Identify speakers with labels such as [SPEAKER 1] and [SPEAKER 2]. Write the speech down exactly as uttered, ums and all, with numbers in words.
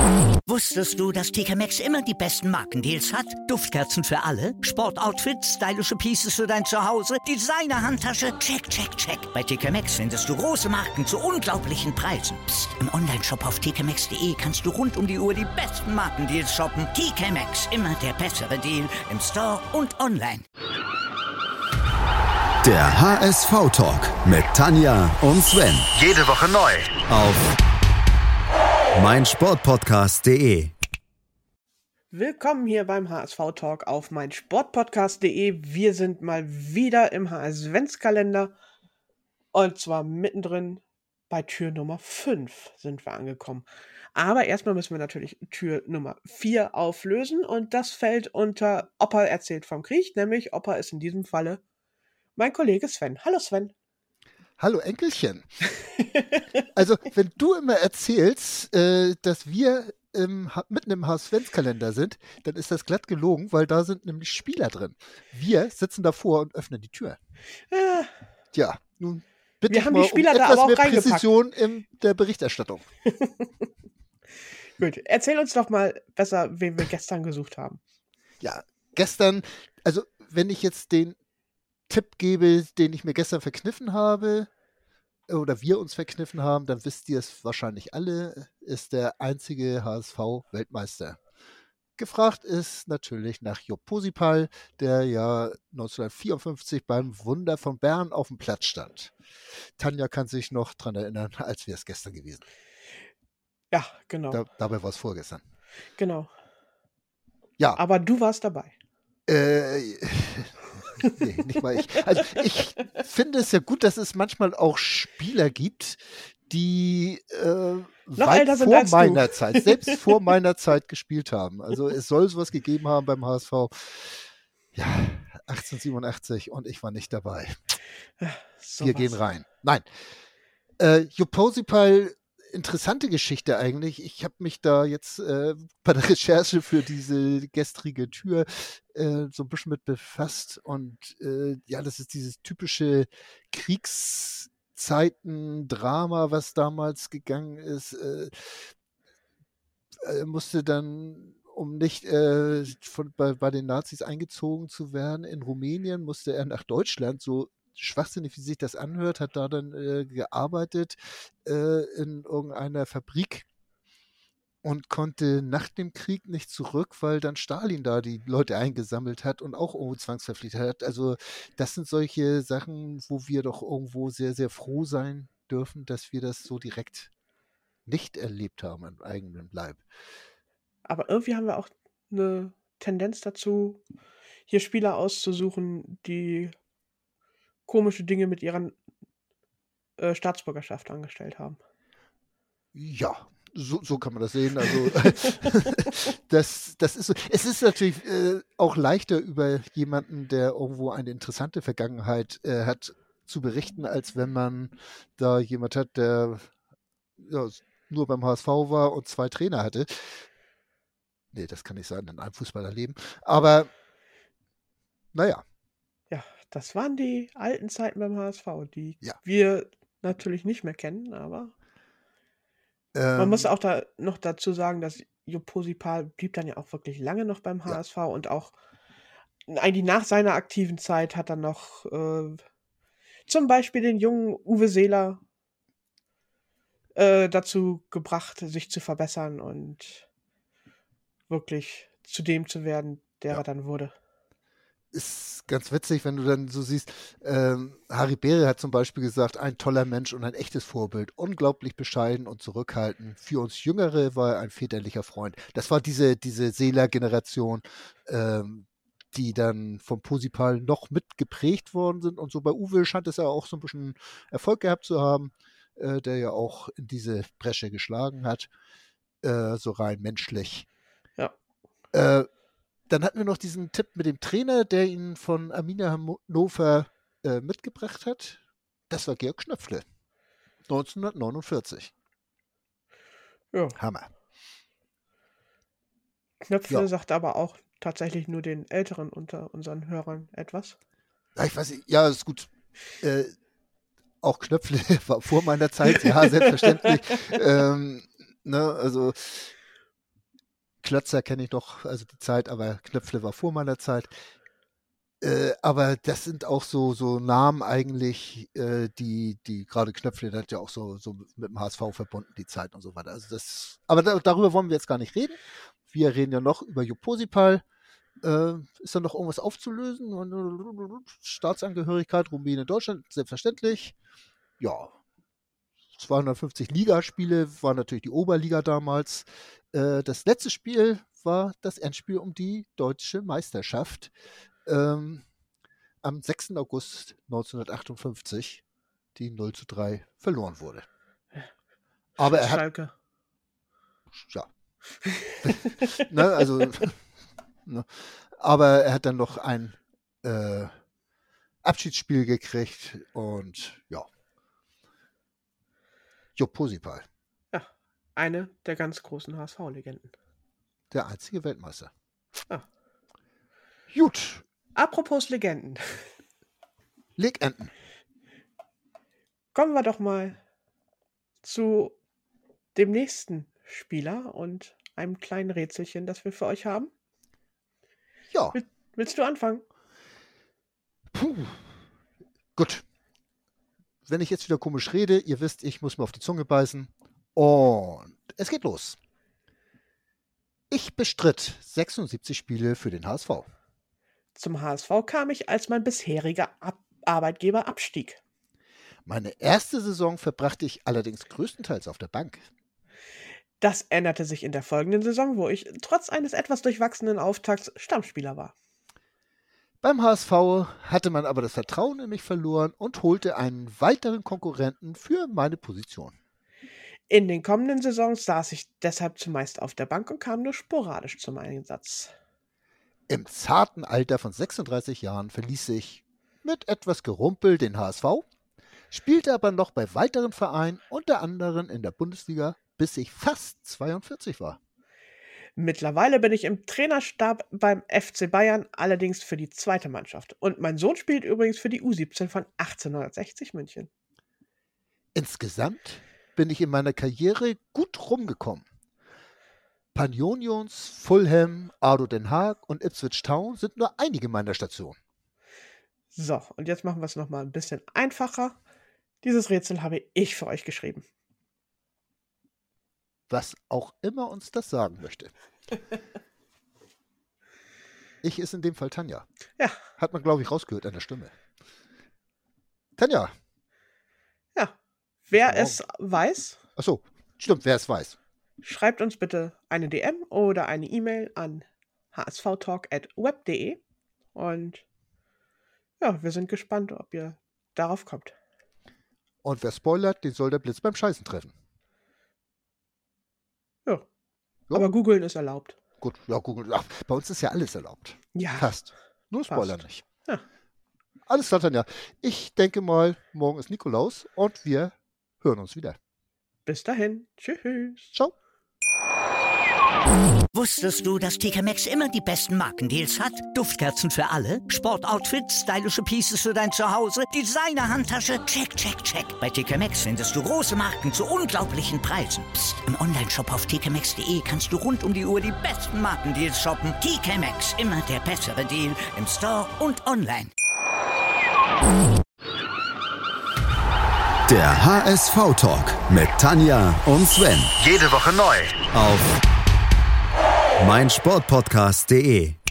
[SPEAKER 1] Wusstest du, dass T K Maxx immer die besten Markendeals hat? Duftkerzen für alle, Sportoutfits, stylische Pieces für dein Zuhause, Designer-Handtasche, check, check, check. Bei T K Maxx findest du große Marken zu unglaublichen Preisen. Psst. Im Onlineshop auf t k maxx punkt d e kannst du rund um die Uhr die besten Markendeals shoppen. T K Maxx, immer der bessere Deal im Store und online.
[SPEAKER 2] Der H S V-Talk mit Tanja und Sven.
[SPEAKER 3] Jede Woche neu.
[SPEAKER 2] Auf meinsportpodcast punkt de.
[SPEAKER 4] Willkommen hier beim H S V-Talk auf meinsportpodcast punkt de. Wir sind mal wieder im H S-Ventskalender und zwar mittendrin bei Tür Nummer fünf sind wir angekommen. Aber erstmal müssen wir natürlich Tür Nummer vier auflösen und das fällt unter Opa erzählt vom Krieg, nämlich Opa ist in diesem Falle mein Kollege Sven. Hallo Sven.
[SPEAKER 5] Hallo Enkelchen. Also, wenn du immer erzählst, äh, dass wir im, mitten im H S-Ventskalender sind, dann ist das glatt gelogen, weil da sind nämlich Spieler drin. Wir sitzen davor und öffnen die Tür.
[SPEAKER 4] Äh,
[SPEAKER 5] ja, nun bitte
[SPEAKER 4] wir
[SPEAKER 5] ich
[SPEAKER 4] haben
[SPEAKER 5] mal
[SPEAKER 4] die Spieler
[SPEAKER 5] um
[SPEAKER 4] da
[SPEAKER 5] etwas
[SPEAKER 4] aber auch
[SPEAKER 5] mehr
[SPEAKER 4] reingepackt.
[SPEAKER 5] Präzision in der Berichterstattung.
[SPEAKER 4] Gut, erzähl uns doch mal besser, wen wir gestern gesucht haben.
[SPEAKER 5] Ja, gestern, also wenn ich jetzt den Tipp gebe, den ich mir gestern verkniffen habe, oder wir uns verkniffen haben, dann wisst ihr es wahrscheinlich alle, ist der einzige H S V-Weltmeister. Gefragt ist natürlich nach Jupp Posipal, der ja neunzehnhundertvierundfünfzig beim Wunder von Bern auf dem Platz stand. Tanja kann sich noch daran erinnern, als wäre es gestern gewesen.
[SPEAKER 4] Ja, genau.
[SPEAKER 5] Da, dabei war es vorgestern.
[SPEAKER 4] Genau.
[SPEAKER 5] Ja.
[SPEAKER 4] Aber du warst dabei.
[SPEAKER 5] Äh, nee, nicht mal ich. Also ich finde es ja gut, dass es manchmal auch Spieler gibt, die äh, weit vor meiner du. Zeit, selbst vor meiner Zeit gespielt haben. Also es soll sowas gegeben haben beim H S V. Ja, achtzehnhundertsiebenundachtzig und ich war nicht dabei. So Wir was. gehen rein. Nein. Äh, Jupp Posipal, interessante Geschichte eigentlich. Ich habe mich da jetzt äh, bei der Recherche für diese gestrige Tür äh, so ein bisschen mit befasst und äh, ja, das ist dieses typische Kriegszeiten-Drama, was damals gegangen ist. Äh, äh, musste dann, um nicht äh, von, bei, bei den Nazis eingezogen zu werden, in Rumänien musste er nach Deutschland, so schwachsinnig, wie sich das anhört, hat da dann äh, gearbeitet äh, in irgendeiner Fabrik und konnte nach dem Krieg nicht zurück, weil dann Stalin da die Leute eingesammelt hat und auch irgendwo zwangsverpflichtet hat. Also das sind solche Sachen, wo wir doch irgendwo sehr, sehr froh sein dürfen, dass wir das so direkt nicht erlebt haben am eigenen Leib.
[SPEAKER 4] Aber irgendwie haben wir auch eine Tendenz dazu, hier Spieler auszusuchen, die komische Dinge mit ihrer äh, Staatsbürgerschaft angestellt haben.
[SPEAKER 5] Ja, so, so kann man das sehen. Also das, das ist so. Es ist natürlich äh, auch leichter über jemanden, der irgendwo eine interessante Vergangenheit äh, hat, zu berichten, als wenn man da jemand hat, der ja, nur beim H S V war und zwei Trainer hatte. Nee, das kann nicht sein in einem Fußballerleben. Aber naja.
[SPEAKER 4] Ja, das waren die alten Zeiten beim H S V, die
[SPEAKER 5] ja.
[SPEAKER 4] wir natürlich nicht mehr kennen, aber ähm, man muss auch da noch dazu sagen, dass Jupp Posipal blieb dann ja auch wirklich lange noch beim H S V ja. und auch eigentlich nach seiner aktiven Zeit hat er noch äh, zum Beispiel den jungen Uwe Seeler äh, dazu gebracht, sich zu verbessern und wirklich zu dem zu werden, der ja. er dann wurde.
[SPEAKER 5] Ist ganz witzig, wenn du dann so siehst, ähm, Harry Beere hat zum Beispiel gesagt, ein toller Mensch und ein echtes Vorbild, unglaublich bescheiden und zurückhaltend. Für uns Jüngere war er ein väterlicher Freund. Das war diese, diese Seeler-Generation, ähm, die dann vom Posipal noch mit geprägt worden sind. Und so bei Uwe scheint es ja auch so ein bisschen Erfolg gehabt zu haben, äh, der ja auch in diese Bresche geschlagen hat, äh, so rein menschlich.
[SPEAKER 4] Ja.
[SPEAKER 5] Äh, Dann hatten wir noch diesen Tipp mit dem Trainer, der ihn von Arminia Hannover äh, mitgebracht hat. Das war Georg Schnöpfle. neunzehnhundertneunundvierzig.
[SPEAKER 4] Ja.
[SPEAKER 5] Hammer.
[SPEAKER 4] Knöpfle
[SPEAKER 5] ja.
[SPEAKER 4] sagt aber auch tatsächlich nur den Älteren unter unseren Hörern etwas.
[SPEAKER 5] Ja, ich weiß nicht. Ja, ist gut. Äh, auch Knöpfle war vor meiner Zeit. Ja, selbstverständlich. ähm, ne, also Klötzer kenne ich noch, also die Zeit, aber Knöpfle war vor meiner Zeit. Äh, aber das sind auch so, so Namen eigentlich, äh, die, die gerade Knöpfle, das hat ja auch so, so mit dem H S V verbunden, die Zeit und so weiter. Also das, aber da, darüber wollen wir jetzt gar nicht reden. Wir reden ja noch über Jupp Posipal. Äh, ist da noch irgendwas aufzulösen? Staatsangehörigkeit, Rumänien, Deutschland, selbstverständlich. Ja, zweihundertfünfzig Ligaspiele, war natürlich die Oberliga damals. Äh, das letzte Spiel war das Endspiel um die deutsche Meisterschaft. Ähm, am sechsten August neunzehnhundertachtundfünfzig, die null zu drei verloren wurde. Aber er hat,
[SPEAKER 4] Schalke.
[SPEAKER 5] ja. ne, also, ne, aber er hat dann noch ein äh, Abschiedsspiel gekriegt und ja. Jupp Posipal.
[SPEAKER 4] Ja, eine der ganz großen H S V-Legenden.
[SPEAKER 5] Der einzige Weltmeister.
[SPEAKER 4] Ah.
[SPEAKER 5] Gut.
[SPEAKER 4] Apropos Legenden.
[SPEAKER 5] Legenden.
[SPEAKER 4] Kommen wir doch mal zu dem nächsten Spieler und einem kleinen Rätselchen, das wir für euch haben.
[SPEAKER 5] Ja.
[SPEAKER 4] Will, willst du anfangen?
[SPEAKER 5] Puh. Gut. Wenn ich jetzt wieder komisch rede, ihr wisst, ich muss mir auf die Zunge beißen. Und es geht los. Ich bestritt sechsundsiebzig Spiele für den H S V.
[SPEAKER 4] Zum H S V kam ich, als mein bisheriger Ab- Arbeitgeber abstieg.
[SPEAKER 5] Meine erste Saison verbrachte ich allerdings größtenteils auf der Bank.
[SPEAKER 4] Das änderte sich in der folgenden Saison, wo ich trotz eines etwas durchwachsenen Auftakts Stammspieler war.
[SPEAKER 5] Beim H S V hatte man aber das Vertrauen in mich verloren und holte einen weiteren Konkurrenten für meine Position.
[SPEAKER 4] In den kommenden Saisons saß ich deshalb zumeist auf der Bank und kam nur sporadisch zum Einsatz.
[SPEAKER 5] Im zarten Alter von sechsunddreißig Jahren verließ ich mit etwas Gerumpel den H S V, spielte aber noch bei weiteren Vereinen, unter anderem in der Bundesliga, bis ich fast zweiundvierzig war.
[SPEAKER 4] Mittlerweile bin ich im Trainerstab beim F C Bayern, allerdings für die zweite Mannschaft. Und mein Sohn spielt übrigens für die U siebzehn von achtzehnhundertsechzig München.
[SPEAKER 5] Insgesamt bin ich in meiner Karriere gut rumgekommen. Panionions, Fulham, A D O Den Haag und Ipswich Town sind nur einige meiner Stationen.
[SPEAKER 4] So, und jetzt machen wir es nochmal ein bisschen einfacher. Dieses Rätsel habe ich für euch geschrieben.
[SPEAKER 5] Was auch immer uns das sagen möchte. Ich ist in dem Fall Tanja.
[SPEAKER 4] Ja.
[SPEAKER 5] Hat man, glaube ich, rausgehört an der Stimme. Tanja.
[SPEAKER 4] Ja. Wer
[SPEAKER 5] Morgen.
[SPEAKER 4] es weiß,
[SPEAKER 5] Achso, stimmt, wer es weiß.
[SPEAKER 4] schreibt uns bitte eine D M oder eine E-Mail an h s v talk at web punkt de und ja, wir sind gespannt, ob ihr darauf kommt.
[SPEAKER 5] Und wer spoilert, den soll der Blitz beim Scheißen treffen.
[SPEAKER 4] Ja.
[SPEAKER 5] Ja.
[SPEAKER 4] Aber googeln ist erlaubt.
[SPEAKER 5] Gut, ja, Google. Ach, bei uns ist ja alles erlaubt.
[SPEAKER 4] Ja.
[SPEAKER 5] Fast. Nur Spoiler
[SPEAKER 4] Fast.
[SPEAKER 5] nicht.
[SPEAKER 4] Ja.
[SPEAKER 5] Alles klar, Tanja. Ich denke mal, morgen ist Nikolaus und wir hören uns wieder.
[SPEAKER 4] Bis dahin. Tschüss.
[SPEAKER 5] Ciao.
[SPEAKER 1] Wusstest du, dass T K Maxx immer die besten Markendeals hat? Duftkerzen für alle, Sportoutfits, stylische Pieces für dein Zuhause, Designer-Handtasche, check, check, check. Bei T K Maxx findest du große Marken zu unglaublichen Preisen. Psst. Im Onlineshop auf t k maxx punkt de kannst du rund um die Uhr die besten Markendeals shoppen. T K Maxx, immer der bessere Deal im Store und online.
[SPEAKER 2] Der H S V-Talk mit Tanja und Sven.
[SPEAKER 3] Jede Woche neu.
[SPEAKER 2] Auf meinsportpodcast punkt de.